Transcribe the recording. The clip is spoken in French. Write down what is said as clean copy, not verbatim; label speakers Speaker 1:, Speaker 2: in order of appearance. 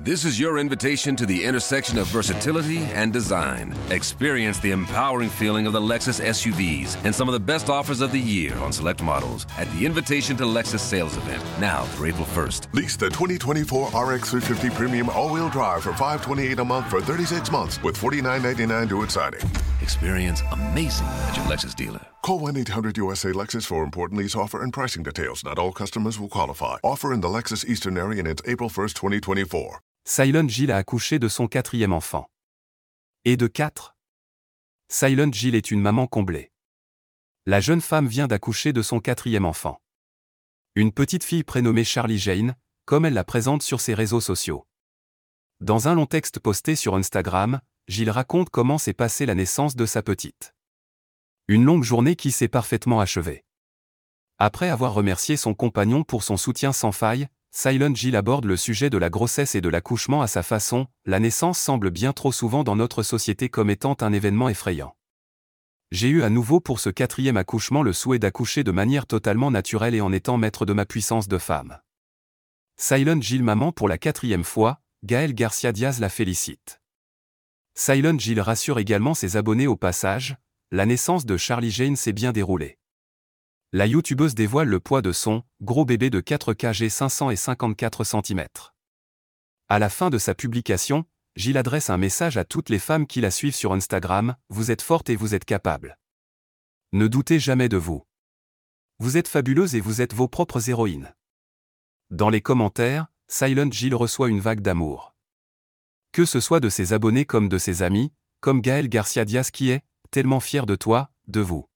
Speaker 1: This is your invitation to the intersection of versatility and design. Experience the empowering feeling of the Lexus SUVs and some of the best offers of the year on select models at the Invitation to Lexus sales event, now through April 1st.
Speaker 2: Lease the 2024 RX 350 Premium all-wheel drive for $528 a month for 36 months with $49.99 due at signing.
Speaker 1: Experience amazing at your Lexus dealer.
Speaker 2: Call 1-800-USA-LEXUS for important lease offer and pricing details. Not all customers will qualify. Offer in the Lexus Eastern area and it's April 1st, 2024.
Speaker 3: Silent Jill a accouché de son 4e enfant. Et de 4. Silent Jill est une maman comblée. La jeune femme vient d'accoucher de son 4e enfant. Une petite fille prénommée Charlie Jane, comme elle la présente sur ses réseaux sociaux. Dans un long texte posté sur Instagram, Jill raconte comment s'est passée la naissance de sa petite. Une longue journée qui s'est parfaitement achevée. Après avoir remercié son compagnon pour son soutien sans faille, Silent Jill aborde le sujet de la grossesse et de l'accouchement à sa façon. La naissance semble bien trop souvent dans notre société comme étant un événement effrayant. J'ai eu à nouveau pour ce 4e accouchement le souhait d'accoucher de manière totalement naturelle et en étant maître de ma puissance de femme. Silent Jill maman pour la 4e fois, Gaël Garcia Diaz la félicite. Silent Jill rassure également ses abonnés au passage, la naissance de Charlie Jane s'est bien déroulée. La youtubeuse dévoile le poids de son gros bébé de 4 kg 554 cm. À la fin de sa publication, Jill adresse un message à toutes les femmes qui la suivent sur Instagram, vous êtes fortes et vous êtes capables. Ne doutez jamais de vous. Vous êtes fabuleuses et vous êtes vos propres héroïnes. Dans les commentaires, Silent Jill reçoit une vague d'amour. Que ce soit de ses abonnés comme de ses amis, comme Gaël Garcia Diaz qui est tellement fier de toi, de vous.